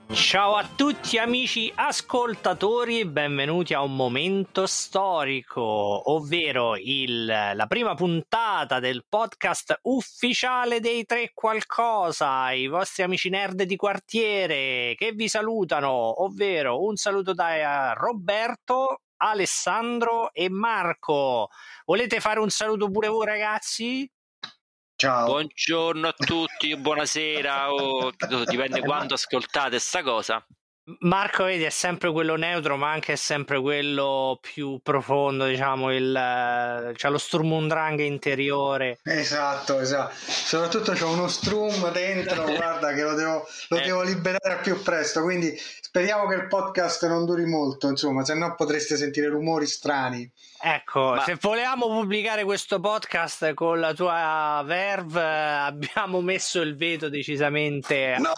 Ciao a tutti amici ascoltatori, benvenuti a un momento storico, ovvero la prima puntata del podcast ufficiale dei Tre Qualcosa, i vostri amici nerd di quartiere che vi salutano, ovvero un saluto da Roberto, Alessandro e Marco. Volete fare un saluto pure voi, ragazzi? Ciao. Buongiorno a tutti, buonasera, dipende quando ascoltate sta cosa. Marco, vedi, è sempre quello neutro, ma anche è sempre quello più profondo, diciamo, c'ha lo Sturm und Drang interiore. Esatto. Soprattutto c'ho uno Strum dentro, guarda che lo devo liberare al più presto, quindi speriamo che il podcast non duri molto, insomma, se no potreste sentire rumori strani. Ecco, se volevamo pubblicare questo podcast con la tua verve, abbiamo messo il veto decisamente. No,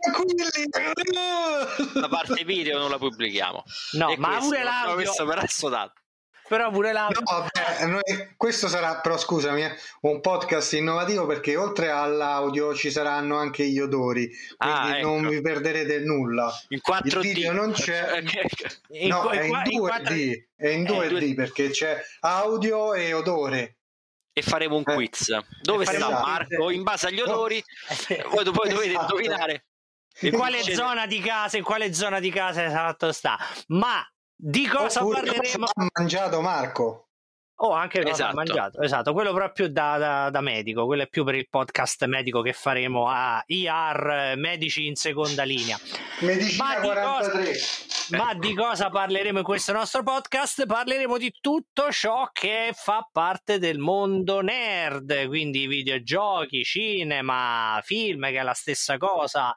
tranquilli! La parte video non la pubblichiamo. No, ma pure l'audio. Questo per assodato. Però pure l'audio. No, vabbè, questo sarà, però scusami, un podcast innovativo perché oltre all'audio ci saranno anche gli odori, quindi ecco. non vi perderete nulla. In 4D. Il video non c'è, no, è in 2D, è in 2D perché c'è audio e odore. E faremo un quiz. Dove sta Marco? In base agli odori, voi dovete indovinare. In quale zona di casa esatto sta. Ma di cosa parleremo? Ha mangiato Marco? Anche cosa ha mangiato, esatto, quello proprio da medico, quello è più per il podcast medico che faremo a IR Medici in seconda linea. Medicina 43. Ma di cosa parleremo in questo nostro podcast? Parleremo di tutto ciò che fa parte del mondo nerd, quindi videogiochi, cinema, film, che è la stessa cosa,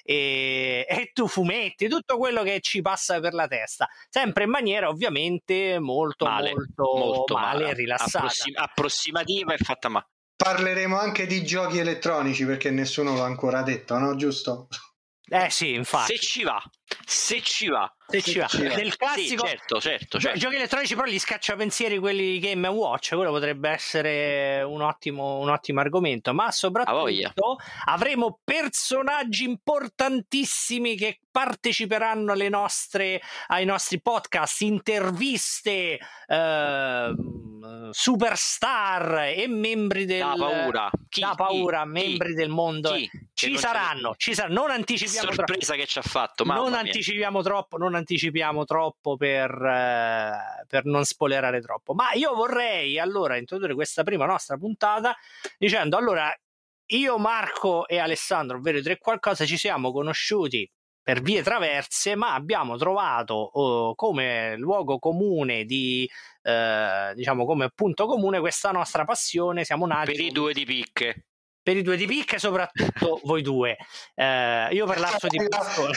e tu fumetti, tutto quello che ci passa per la testa, sempre in maniera ovviamente molto male, rilassata, approssimativa e fatta male. Parleremo anche di giochi elettronici perché nessuno l'ha ancora detto, no? Giusto? Sì, infatti. Se ci va. Del classico, sì, certo. Giochi elettronici, però gli scacciapensieri, quelli di Game & Watch, quello potrebbe essere un ottimo argomento, ma soprattutto avremo personaggi importantissimi che parteciperanno ai nostri podcast, interviste, superstar e membri del membri del mondo. Ci saranno, non anticipiamo sorpresa troppo. Che ci ha fatto, non anticipiamo troppo per non spoilerare troppo, ma io vorrei allora introdurre questa prima nostra puntata dicendo: allora, io, Marco e Alessandro, ovvero i Tre Qualcosa, ci siamo conosciuti per vie traverse, ma abbiamo trovato come luogo comune diciamo come punto comune questa nostra passione. Siamo nati per i due di picche. Per i due di picche, soprattutto voi due. Io per l'arso di pistone.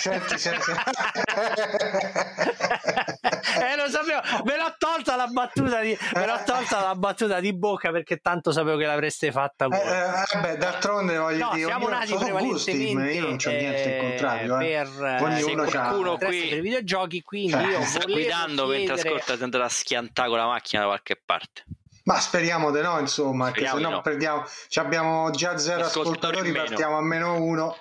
Lo sapevo, me l'ho tolta la battuta di bocca perché tanto sapevo che l'avreste fatta voi. D'altronde voglio dire, siamo nati prevalentemente io non c'ho niente in contrario per qualcuno qui per i videogiochi, quindi io sta guidando mentre ascolta, si andrà a schiantare con la macchina da qualche parte. Ma speriamo di no, insomma, che se no perdiamo. Abbiamo già 0 ascoltatori, partiamo a -1.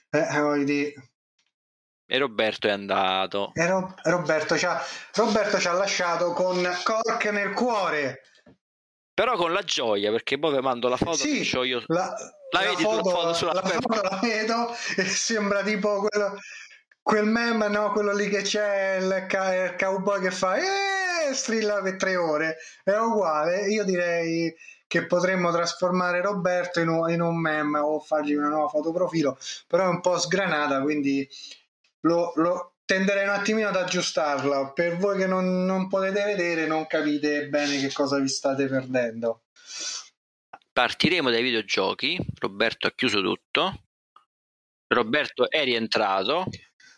E Roberto è andato. Roberto ci ha lasciato con Cork nel cuore. Però con la gioia, perché poi vi mando la foto. Sì, che io. La foto sulla la foto la vedo e sembra tipo quel meme, no? Quello lì che c'è il cowboy che fa strilla per 3 ore. È uguale. Io direi che potremmo trasformare Roberto in un meme o fargli una nuova foto profilo, però è un po' sgranata, quindi lo tenderei un attimino ad aggiustarla. Per voi che non potete vedere, non capite bene che cosa vi state perdendo. Partiremo dai videogiochi. Roberto ha chiuso tutto. Roberto è rientrato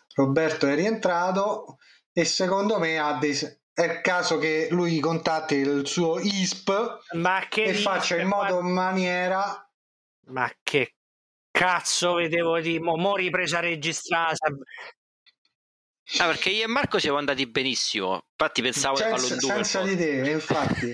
e secondo me è il caso che lui contatti il suo ISP e faccia in modo maniera. Ma che cazzo vedevo di mo ripresa registrata. Perché io e Marco siamo andati benissimo, infatti pensavo senza di te, infatti.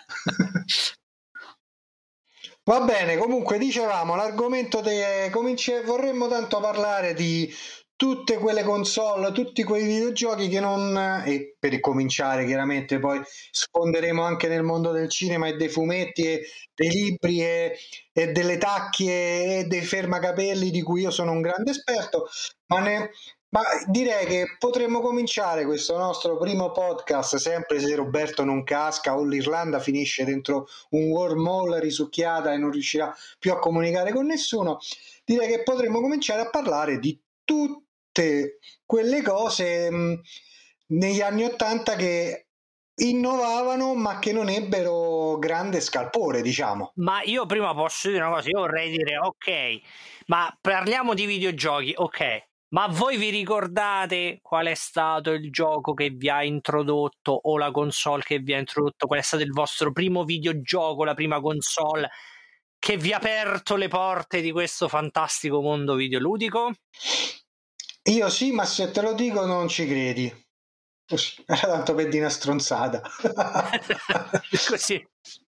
Va bene, comunque dicevamo l'argomento vorremmo tanto parlare di tutte quelle console, tutti quei videogiochi che non... E per cominciare chiaramente poi sfonderemo anche nel mondo del cinema e dei fumetti e dei libri e delle tacche e dei fermacapelli di cui io sono un grande esperto, ma direi che potremmo cominciare questo nostro primo podcast, sempre se Roberto non casca o l'Irlanda finisce dentro un wormhole risucchiata e non riuscirà più a comunicare con nessuno. Direi che potremmo cominciare a parlare di tutte quelle cose negli anni '80 che innovavano ma che non ebbero grande scalpore, diciamo. Ma io prima posso dire una cosa, io vorrei dire, ok, ma parliamo di videogiochi, ok, ma voi vi ricordate qual è stato il gioco che vi ha introdotto o la console che vi ha introdotto? Qual è stato il vostro primo videogioco, la prima console che vi ha aperto le porte di questo fantastico mondo videoludico? Io sì, ma se te lo dico non ci credi. Così, era tanto per dire una stronzata. Così.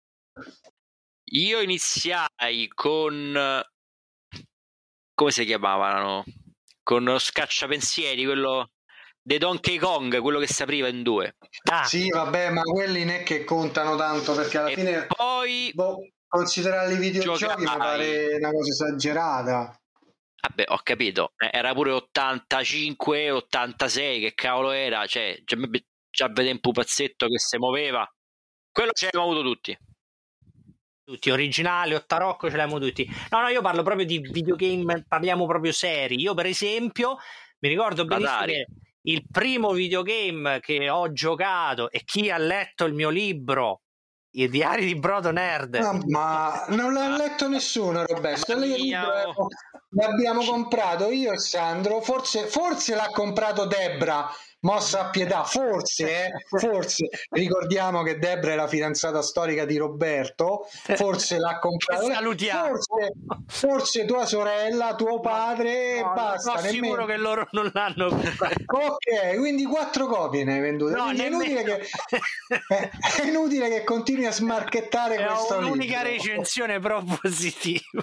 Io iniziai con... come si chiamavano? Con lo scacciapensieri, quello dei Donkey Kong, quello che si apriva in due. Sì, vabbè, ma quelli non è che contano tanto, perché alla fine poi considerarli videogiochi mi pare una cosa esagerata. Vabbè, ho capito, era pure 85, 86, che cavolo era? Cioè, già vedere un pupazzetto che si muoveva. Quello ce l'abbiamo avuto tutti. Tutti originali, Ottarocco ce l'abbiamo tutti. No, io parlo proprio di videogame, parliamo proprio seri. Io per esempio mi ricordo benissimo che il primo videogame che ho giocato, e chi ha letto il mio libro I diari di Brodo Nerd, ma non l'ha letto nessuno, Roberto. L'abbiamo comprato io e Sandro, forse l'ha comprato Debra, mossa a pietà, forse ricordiamo che Debra è la fidanzata storica di Roberto, forse l'ha comprato, forse tua sorella, tuo padre, no, basta. Sono sicuro che loro non l'hanno comprato. Ok, quindi 4 copie ne hai vendute. No, è inutile che continui a smarchettare questo libro. È un'unica recensione però positiva.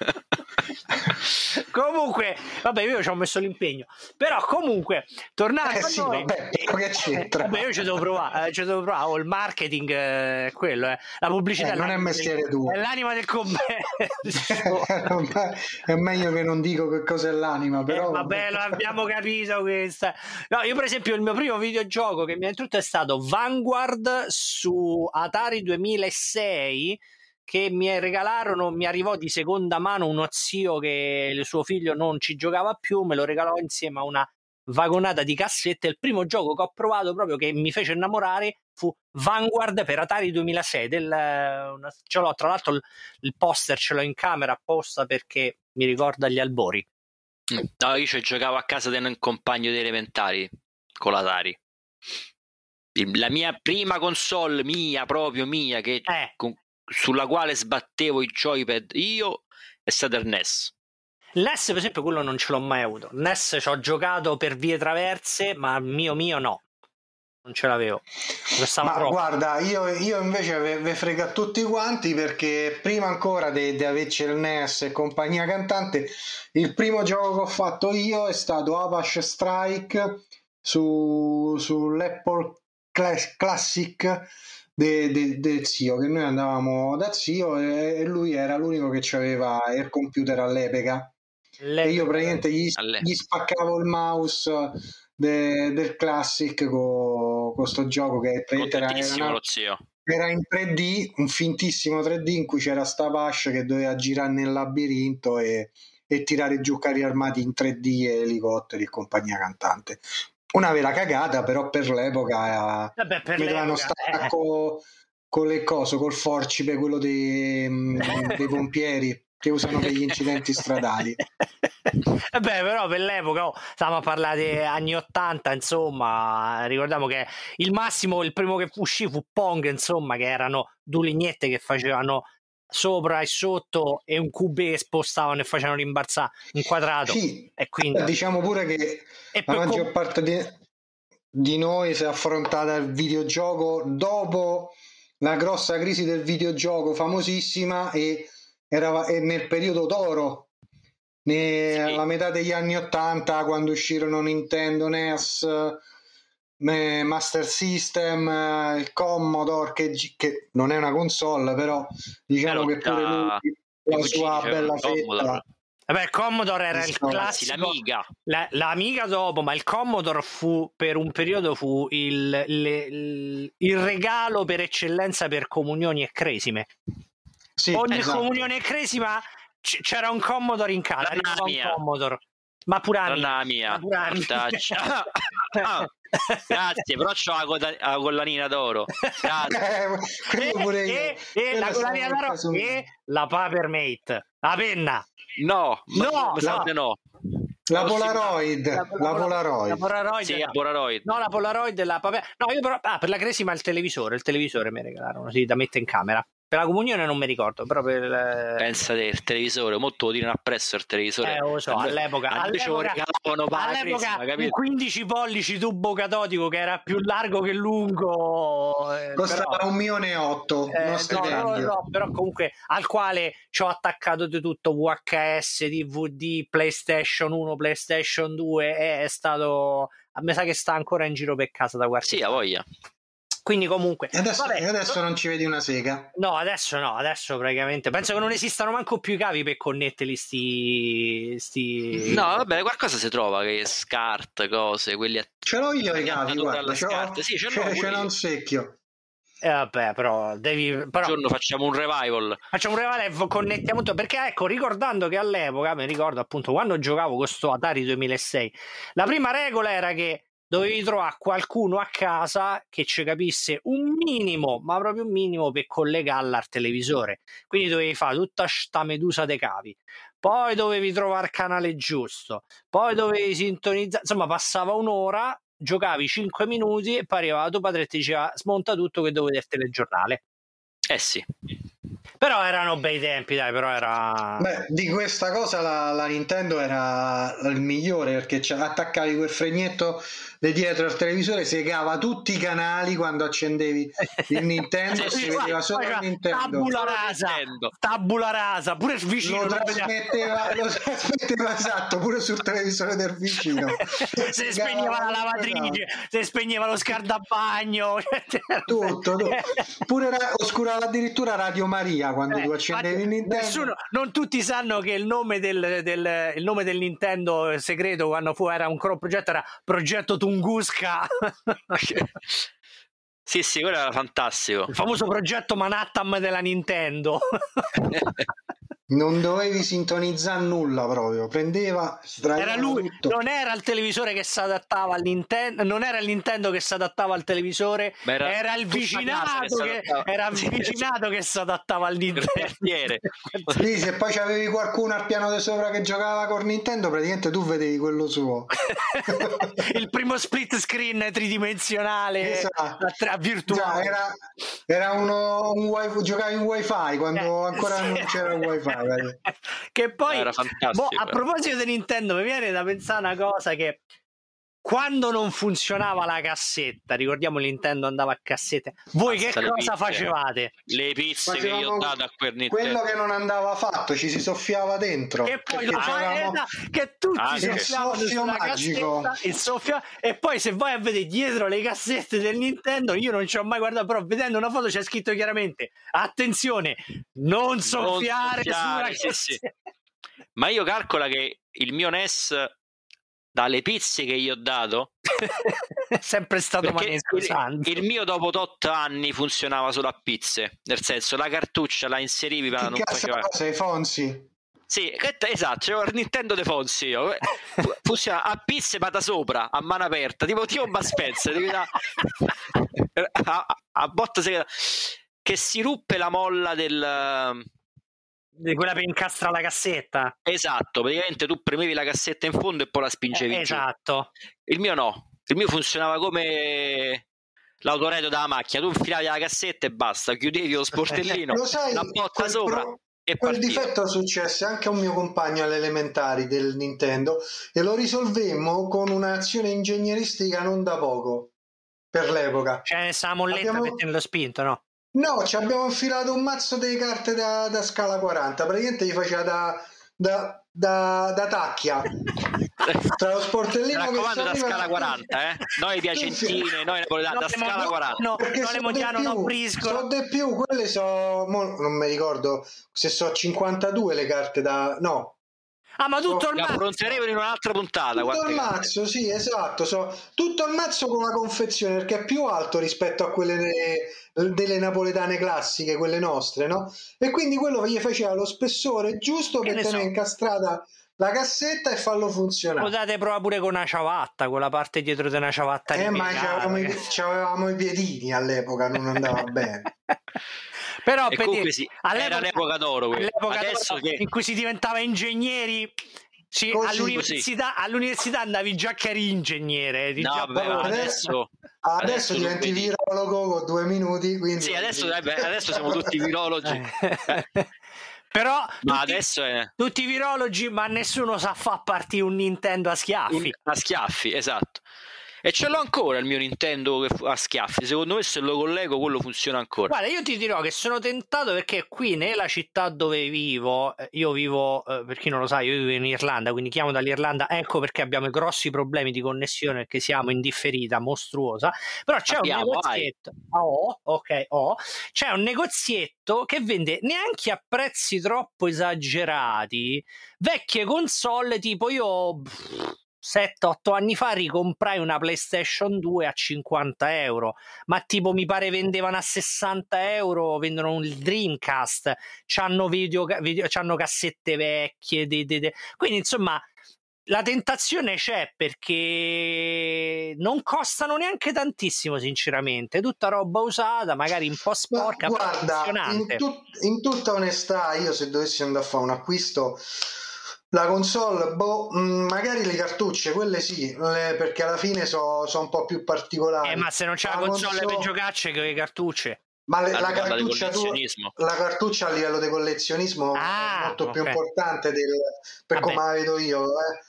Comunque, vabbè, io ci ho messo l'impegno. Però comunque, tornando a noi, vabbè, che c'entra? Vabbè, io ci devo provare, il marketing è quello, la pubblicità non è mestiere tuo. È l'anima del commercio. È meglio che non dico che cos'è l'anima, però vabbè, lo abbiamo capito questa. No, io per esempio il mio primo videogioco che mi ha introdotto è stato Vanguard su Atari 2006, che mi regalarono, mi arrivò di seconda mano uno zio che il suo figlio non ci giocava più, me lo regalò insieme a una vagonata di cassette. Il primo gioco che ho provato proprio che mi fece innamorare fu Vanguard per Atari 2006 ce l'ho, tra l'altro il poster ce l'ho in camera apposta perché mi ricorda gli albori. No, io ci giocavo a casa di un compagno dei elementari con l'Atari. La mia prima console proprio mia che sulla quale sbattevo i joypad io è stato il NES. L'NES per esempio quello non ce l'ho mai avuto. Il NES ci ho giocato per vie traverse, ma mio no, non ce l'avevo. Guarda, io invece ve frega tutti quanti, perché prima ancora di averci il NES e compagnia cantante, il primo gioco che ho fatto io è stato Apache Strike sull'Apple Classic del zio, che noi andavamo da zio e lui era l'unico che aveva il computer all'epoca. E io praticamente gli spaccavo il mouse del Classic con questo gioco che era in 3D, un fintissimo 3D in cui c'era sta Apache che doveva girare nel labirinto e tirare giù carri armati in 3D e elicotteri e compagnia cantante. Una vera cagata, però per l'epoca vedevano stacco con le cose, col forcipe, quello dei pompieri che usano per gli incidenti stradali. Vabbè, però per l'epoca stiamo a parlare degli anni 80, insomma, ricordiamo che il massimo, il primo che uscì fu Pong, insomma, che erano due lineette che facevano sopra e sotto e un QB che spostavano e facevano rimbalzare un quadrato. Sì, e quindi diciamo pure che la maggior parte di noi si è affrontata il videogioco dopo la grossa crisi del videogioco famosissima e nel periodo d'oro alla metà degli anni 80, quando uscirono Nintendo NES, Master System, il Commodore, che non è una console, però diciamo che pure lui la sua bella fetta. Vabbè, il Commodore era il classico, l'Amiga dopo, ma il Commodore fu per un periodo il regalo per eccellenza per comunioni e cresime. Sì, ogni comunione e cresima c'era un Commodore in casa, un Commodore. Ma pure la mia. Grazie, però c'ho la collanina d'oro. Grazie. E la collanina d'oro e la Papermate, la penna. No. La Polaroid. Sì, la Polaroid. No, la Polaroid e la Paper. No, io però per la cresima il televisore mi regalarono, sì, da mettere in camera. Per la comunione non mi ricordo, però Pensate, il televisore, molto lo tirano appresso il televisore. Lo so, all'epoca un 15 pollici tubo catodico che era più largo che lungo. Costava 1,8 milioni, no, però comunque al quale ci ho attaccato di tutto, VHS, DVD, PlayStation 1, PlayStation 2, è stato, a me sa che sta ancora in giro per casa da qualche Sì, a voglia. Quindi comunque adesso non ci vedi una sega. No, adesso praticamente penso che non esistano manco più i cavi per connetterli sti... No, vabbè, qualcosa si trova, che SCART, cose, quelli ce l'ho io i cavi, guarda, ce l'ho un secchio. Vabbè, però un giorno facciamo un revival e connettiamo tutto, perché ecco, ricordando che all'epoca, mi ricordo appunto quando giocavo con sto Atari 2006, la prima regola era che dovevi trovare qualcuno a casa che ci capisse un minimo, ma proprio un minimo, per collegarla al televisore. Quindi dovevi fare tutta sta medusa dei cavi, poi dovevi trovare il canale giusto, poi dovevi sintonizzare, insomma passava un'ora, giocavi 5 minuti e poi arrivava tuo padre e ti diceva smonta tutto che devo vedere il telegiornale. Sì. Però erano bei tempi, dai, però era... Beh, di questa cosa la Nintendo era il migliore, perché attaccavi quel fregnetto di dietro al televisore, segava tutti i canali quando accendevi il Nintendo, si vedeva solo il Nintendo. Tabula rasa, pure il vicino lo trasmetteva esatto, pure sul televisore del vicino. Se spegneva la lavatrice, se spegneva lo scaldabagno, tutto. Pure oscurava addirittura Radio Maria quando tu accendevi il Nintendo. Non tutti sanno che il nome del Nintendo segreto quando era un progetto era Progetto Tunguska. Sì, quello era fantastico. Il famoso progetto Manhattan della Nintendo. Non dovevi sintonizzare nulla, proprio prendeva, era lui, tutto. Non era il televisore che si adattava al Nintendo, non era il Nintendo che si adattava al televisore, era il vicinato che si adattava al Nintendo. Sì, se poi c'avevi qualcuno al piano di sopra che giocava con Nintendo, praticamente tu vedevi quello suo. Il primo split screen tridimensionale, esatto. Virtuale. Era un wifi, giocavi in wifi quando ancora non c'era il wifi. Che poi era fantastico. A proposito di Nintendo, mi viene da pensare una cosa, che quando non funzionava la cassetta, ricordiamo Nintendo andava a cassette, voi che cosa facevate? Le pizze che io ho dato a quel Nintendo, quello che non andava fatto, ci si soffiava dentro, che poi che tutti soffiavano sulla cassetta, il soffio, e poi se vai a vedere dietro le cassette del Nintendo, io non ci ho mai guardato, però vedendo una foto c'è scritto chiaramente attenzione, non soffiare sulla cassetta. Sì. Ma io calcola che il mio NES, dalle pizze che gli ho dato, è sempre stato manesco santo. Il mio dopo 8 anni funzionava solo a pizze, nel senso la cartuccia la inserivi, ma non faceva. Sei Fonsi? Sì, esatto, c'avevo il Nintendo dei Fonsi io. Funziona a pizze, ma da sopra, a mano aperta, tipo Bud Spencer, a botta che si ruppe la molla di quella per incastrare la cassetta. Esatto, praticamente tu premevi la cassetta in fondo e poi la spingevi esatto. giù. Il mio no, il mio funzionava come l'autoreto della macchina, tu infilavi la cassetta e basta, chiudevi lo sportellino, la botta sopra e quel partiva. difetto successe anche a un mio compagno alle elementari del Nintendo e lo risolvemmo con un'azione ingegneristica non da poco per l'epoca. Cioè sta molletta per tenerlo spinto, no? No, ci abbiamo infilato un mazzo di carte da scala 40, praticamente gli faceva da Tacchia. Tra lo sportellino mi raccomando, da scala 40, noi piacentine, noi napoletani, da scala 40. No, non le Modiano, no, Briscola. So di più, quelle non mi ricordo se so 52 le carte da... No. Ah, ma tutto il mazzo? La affronteremo in un'altra puntata. Tutto il mazzo, sì, esatto. Tutto il mazzo con la confezione, perché è più alto rispetto a quelle delle napoletane classiche, quelle nostre, no? E quindi quello gli faceva lo spessore giusto per tenere incastrata la cassetta e farlo funzionare. Potete provare pure con una ciabatta, con la parte dietro di una ciabatta. Ma c'avevamo i piedini all'epoca, non andava bene. Però comunque sì, era l'epoca d'oro, adesso in cui si diventava ingegneri. Sì, all'università andavi già che eri ingegnere. Adesso diventi virologo con 2 minuti. Quindi sì, adesso siamo tutti virologi. Però adesso tutti virologi, ma nessuno sa far partire un Nintendo a schiaffi. A schiaffi, esatto. E ce l'ho ancora il mio Nintendo a schiaffi. Secondo me, se lo collego, quello funziona ancora. Guarda, io ti dirò che sono tentato, perché qui nella città dove vivo, io vivo, per chi non lo sa, io vivo in Irlanda, quindi chiamo dall'Irlanda, ecco perché abbiamo grossi problemi di connessione, perché siamo in differita mostruosa. Però c'è un negozietto. C'è un negozietto che vende, neanche a prezzi troppo esagerati, vecchie console, tipo io 7-8 anni fa ricomprai una PlayStation 2 a 50 euro, ma tipo mi pare vendevano a 60 euro, vendono un Dreamcast, c'hanno c'hanno cassette vecchie, quindi insomma la tentazione c'è, perché non costano neanche tantissimo, sinceramente, tutta roba usata, magari un po' sporca. Guarda, in tutta onestà, io se dovessi andare a fare un acquisto, la console, magari le cartucce, quelle sì, perché alla fine sono un po' più particolari. Ma se non c'è la console per giocarci, che le cartucce? Ma la cartuccia a livello di collezionismo è molto più importante per come la vedo io,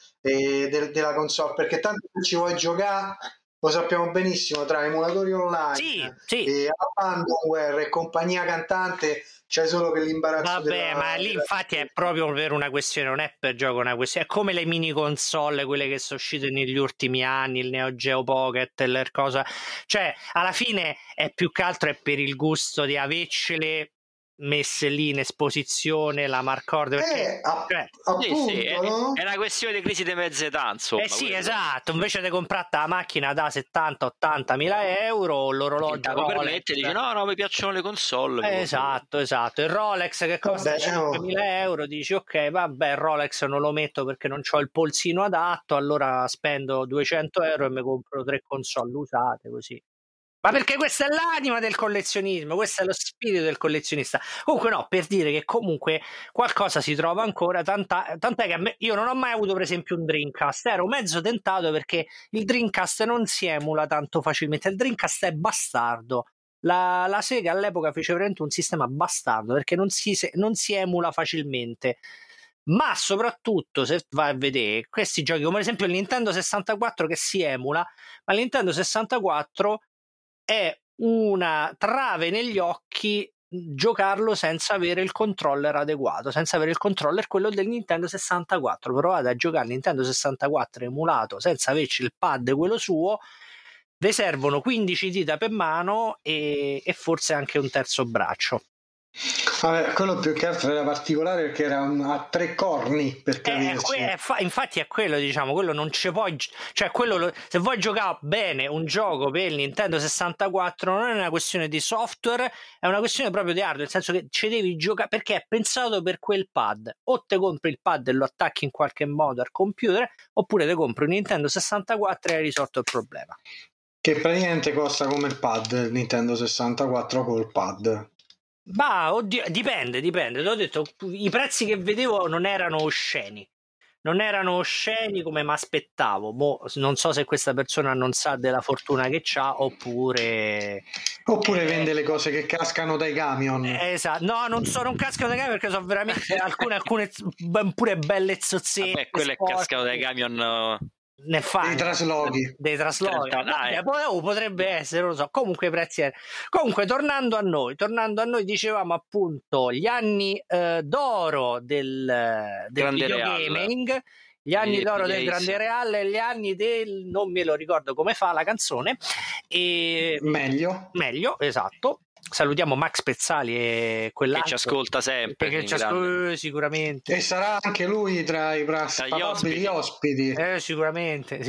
della console, perché tanto se ci vuoi giocare, lo sappiamo benissimo, tra emulatori online e Abandonware e compagnia cantante, c'è solo che l'imbarazzo. Ma lì infatti è proprio per una questione, non è per gioco, una questione, è come le mini console, quelle che sono uscite negli ultimi anni, il Neo Geo Pocket, cioè alla fine è più che altro è per il gusto di avercele messe lì in esposizione, la marcord, perché appunto, no? È una questione di crisi di mezza età, insomma. Esatto, invece di comprare la macchina da 70-80 mila euro, l'orologio Rolex, dice no, mi piacciono le console. Esatto, il Rolex che costa 5.000 euro, dici ok, vabbè, il Rolex non lo metto perché non ho il polsino adatto, allora spendo 200 euro e mi compro 3 console usate, così. Ma perché questa è l'anima del collezionismo, questo è lo spirito del collezionista. Comunque no, per dire che comunque qualcosa si trova ancora, tant'è che io non ho mai avuto per esempio un Dreamcast, ero mezzo tentato perché il Dreamcast non si emula tanto facilmente, il Dreamcast è bastardo. La Sega all'epoca fece veramente un sistema bastardo perché non si emula facilmente. Ma soprattutto se vai a vedere questi giochi, come ad esempio il Nintendo 64 che si emula, ma il Nintendo 64 è una trave negli occhi giocarlo senza avere il controller adeguato, senza avere il controller quello del Nintendo 64. Provate a giocare il Nintendo 64 emulato senza averci il pad quello suo, vi servono 15 dita per mano e forse anche un terzo braccio. Vabbè, quello più che altro era particolare perché era a 3 corni, per capirci. Infatti è quello, diciamo, quello non ci puoi, cioè quello se vuoi giocare bene un gioco per il Nintendo 64 non è una questione di software, è una questione proprio di hardware, nel senso che ci devi giocare perché è pensato per quel pad. O te compri il pad e lo attacchi in qualche modo al computer, oppure te compri un Nintendo 64 e hai risolto il problema. Che praticamente costa come il pad, il Nintendo 64 col pad. Ma oddio, dipende. Ti ho detto, i prezzi che vedevo non erano osceni come mi aspettavo. Non so se questa persona non sa della fortuna che c'ha oppure vende le cose che cascano dai camion. Esatto, no, non cascano dai camion perché sono veramente alcune pure belle zozzette. Quelle che cascano dai camion ne fa dei traslochi. Poi potrebbe essere, non lo so. Comunque i prezzi comunque tornando a noi dicevamo appunto gli anni d'oro del videogaming, gli anni d'oro del Grande Real e gli anni del non me lo ricordo come fa la canzone, e meglio, esatto. Salutiamo Max Pezzali e quell'altro che ci ascolta sempre, sicuramente, e sarà anche lui tra i probabili ospiti. Sicuramente.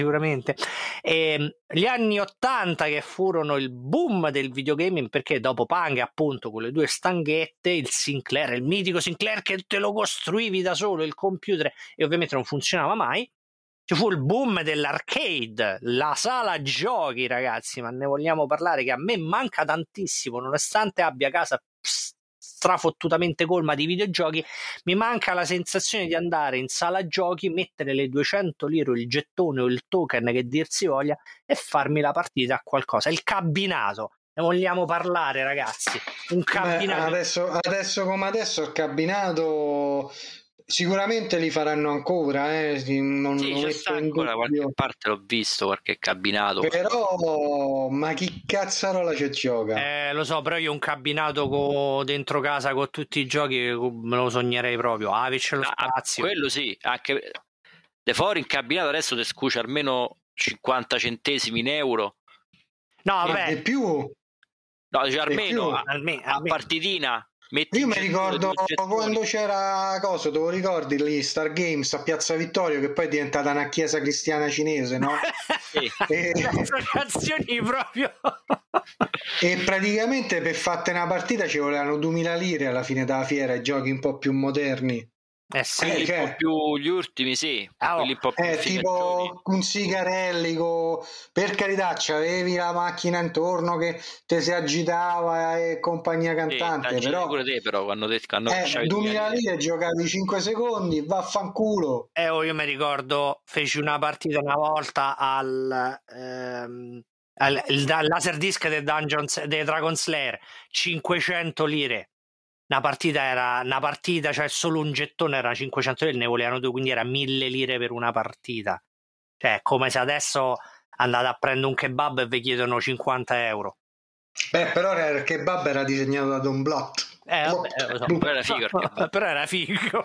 Gli anni 80 che furono il boom del videogaming, perché dopo Pang, appunto, con le due stanghette, il mitico Sinclair che te lo costruivi da solo, il computer, e ovviamente non funzionava mai. Ci fu il boom dell'arcade, la sala giochi, ragazzi, ma ne vogliamo parlare, che a me manca tantissimo, nonostante abbia casa strafottutamente colma di videogiochi, mi manca la sensazione di andare in sala giochi, mettere le 200 lire, il gettone o il token che dir si voglia, e farmi la partita a qualcosa. Il cabinato, ne vogliamo parlare, ragazzi? Un cabinato. Adesso come adesso il cabinato... Sicuramente li faranno ancora, non c'è sta ancora qualche parte, l'ho visto, qualche cabinato. Però, ma chi cazzarola c'è gioca? Lo so, però io un cabinato dentro casa con tutti i giochi me lo sognerei proprio. C'è lo spazio. Quello sì, anche de fuori in cabinato adesso ti scusa almeno 50 centesimi in euro. No, vabbè. Di più? No, cioè almeno a partitina. Io mi ricordo quando c'era te lo ricordi lì Star Games a Piazza Vittorio, che poi è diventata una chiesa cristiana cinese, no? Sì. Associazioni proprio. E praticamente per fatte una partita ci volevano 2000 lire alla fine della fiera, i giochi un po' più moderni. Sì, un po' più gli ultimi, sì. Un po' più tipo un Sigarelli, per carità, c'avevi la macchina intorno che te si agitava e compagnia cantante, però pure te, però quando 2000 lire giocavi 5 secondi, vaffanculo. Io mi ricordo, feci una partita una volta al Laserdisc dei Dragon Slayer, 500 lire. Una partita, cioè solo un gettone era 500 lire, ne volevano 2, quindi era 1000 lire per una partita. Cioè, come se adesso andate a prendere un kebab e vi chiedono 50 euro. Però il kebab era disegnato da Don Bluth. Lo so, però era figo. Però era figo.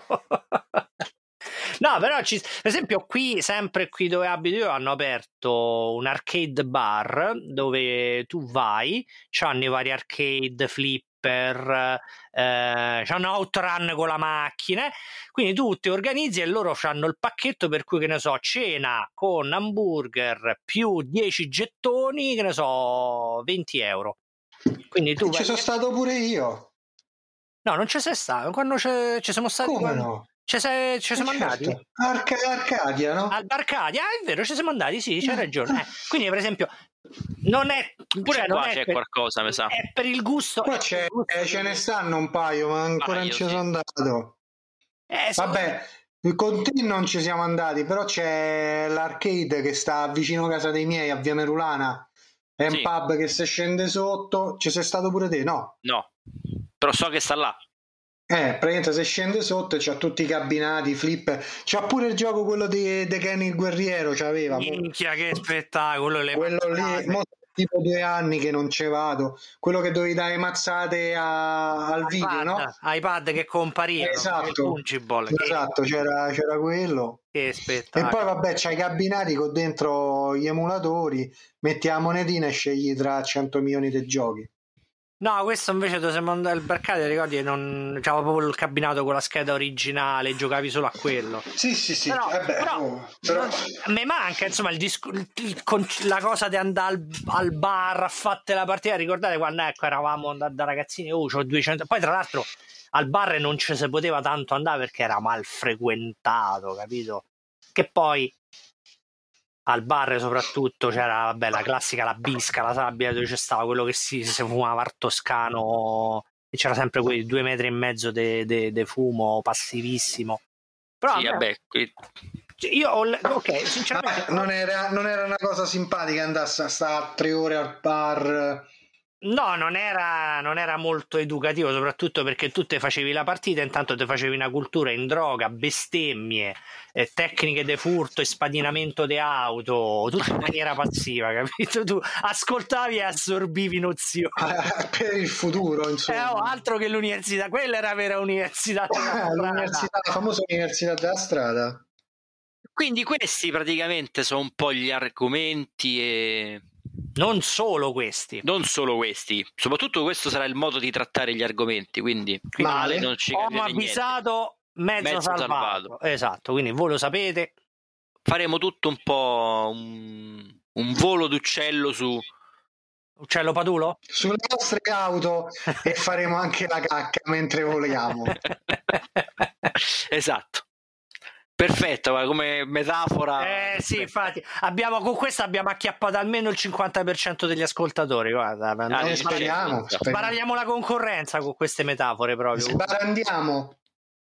No, però per esempio sempre qui dove abito io hanno aperto un arcade bar dove tu vai, c'hanno i vari arcade, flipper, c'hanno Outrun con la macchina, quindi tu ti organizzi e loro hanno il pacchetto per cui, che ne so, cena con hamburger più 10 gettoni, che ne so, 20 euro. Quindi tu ci sono stato pure io. No, non ci sei stato. Quando ci siamo stati? Come no? Ci siamo andati? Arcadia, no? Arcadia, è vero, ci siamo andati, sì, c'hai ragione. Quindi, per esempio, non è pure qua c'è qualcosa, mi sa. È per il gusto. Qua ce ne stanno un paio, ma ancora non ci sono andato. Vabbè, con te non ci siamo andati, però c'è l'arcade che sta vicino a casa dei miei, a Via Merulana. È un pub che se scende sotto. Ci sei stato pure te, no? No, però so che sta là. Praticamente se scende sotto c'ha tutti i cabinati, flipper, c'ha pure il gioco quello di Kenny il Guerriero, c'aveva. Minchia, che spettacolo! Quello lì, tipo 2 anni che non ci vado, quello che dovevi dare mazzate al video, no? iPad che comparivano. Esatto, c'era quello. Che spettacolo. E poi vabbè, c'hai i cabinati con dentro gli emulatori, metti la monetina e scegli tra 100 milioni di giochi. No, questo invece dove siamo andati al mercato, ricordi, non c'era proprio il cabinato con la scheda originale, giocavi solo a quello. Sì. Però mi manca, insomma, la cosa di andare al bar a fatte la partita. Ricordate quando eravamo da ragazzini, c'ho 200. Poi tra l'altro al bar non ci si poteva tanto andare perché era mal frequentato, capito? Che poi al bar soprattutto c'era la classica, la bisca, la sabbia, dove c'è stava quello che si fumava al toscano, e c'era sempre quei 2,5 metri di fumo passivissimo. Però sì, vabbè, ok, sinceramente non era una cosa simpatica andasse a stare 3 ore al bar. No, non era molto educativo, soprattutto perché tu te facevi la partita, intanto te facevi una cultura in droga, bestemmie, tecniche di furto e spadinamento di auto, tutto in maniera passiva, capito? Tu ascoltavi e assorbivi nozioni. Per il futuro, insomma. Altro che l'università, quella era vera università la famosa università della strada. Quindi questi praticamente sono un po' gli argomenti e... Non solo questi, soprattutto questo sarà il modo di trattare gli argomenti, quindi male non ci ho avvisato mezzo salvato. Esatto, quindi voi lo sapete. Faremo tutto un po' un volo d'uccello su Uccello Patulo? Sulle nostre auto e faremo anche la cacca mentre voliamo. Esatto. Perfetto, come metafora. Sì, infatti con questa abbiamo acchiappato almeno il 50% degli ascoltatori. Guarda, speriamo. Sbaragliamo la concorrenza con queste metafore proprio. Sbarandiamo.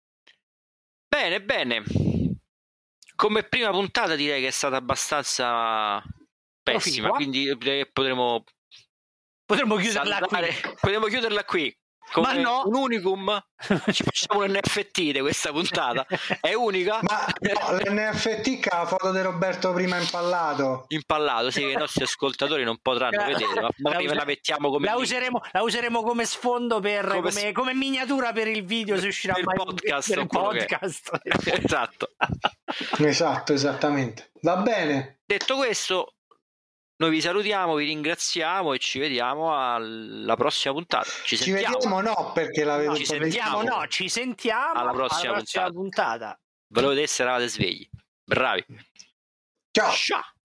Bene. Come prima puntata direi che è stata abbastanza pessima, quindi potremmo chiuderla qui. Come un unicum. Ci facciamo un NFT di questa puntata. È unica. Ma no, l'NFT che la foto di Roberto prima impallato, sì, che i nostri ascoltatori non potranno vedere, ma magari la mettiamo come la useremo come sfondo come miniatura per il video, se uscirà il podcast, per il podcast. Esatto, esattamente. Va bene. Detto questo, noi vi salutiamo, vi ringraziamo e ci vediamo alla prossima puntata. Ci sentiamo no, perché la vedo. Ci sentiamo alla prossima puntata. Volevo vedere se eravate svegli. Bravi. Ciao.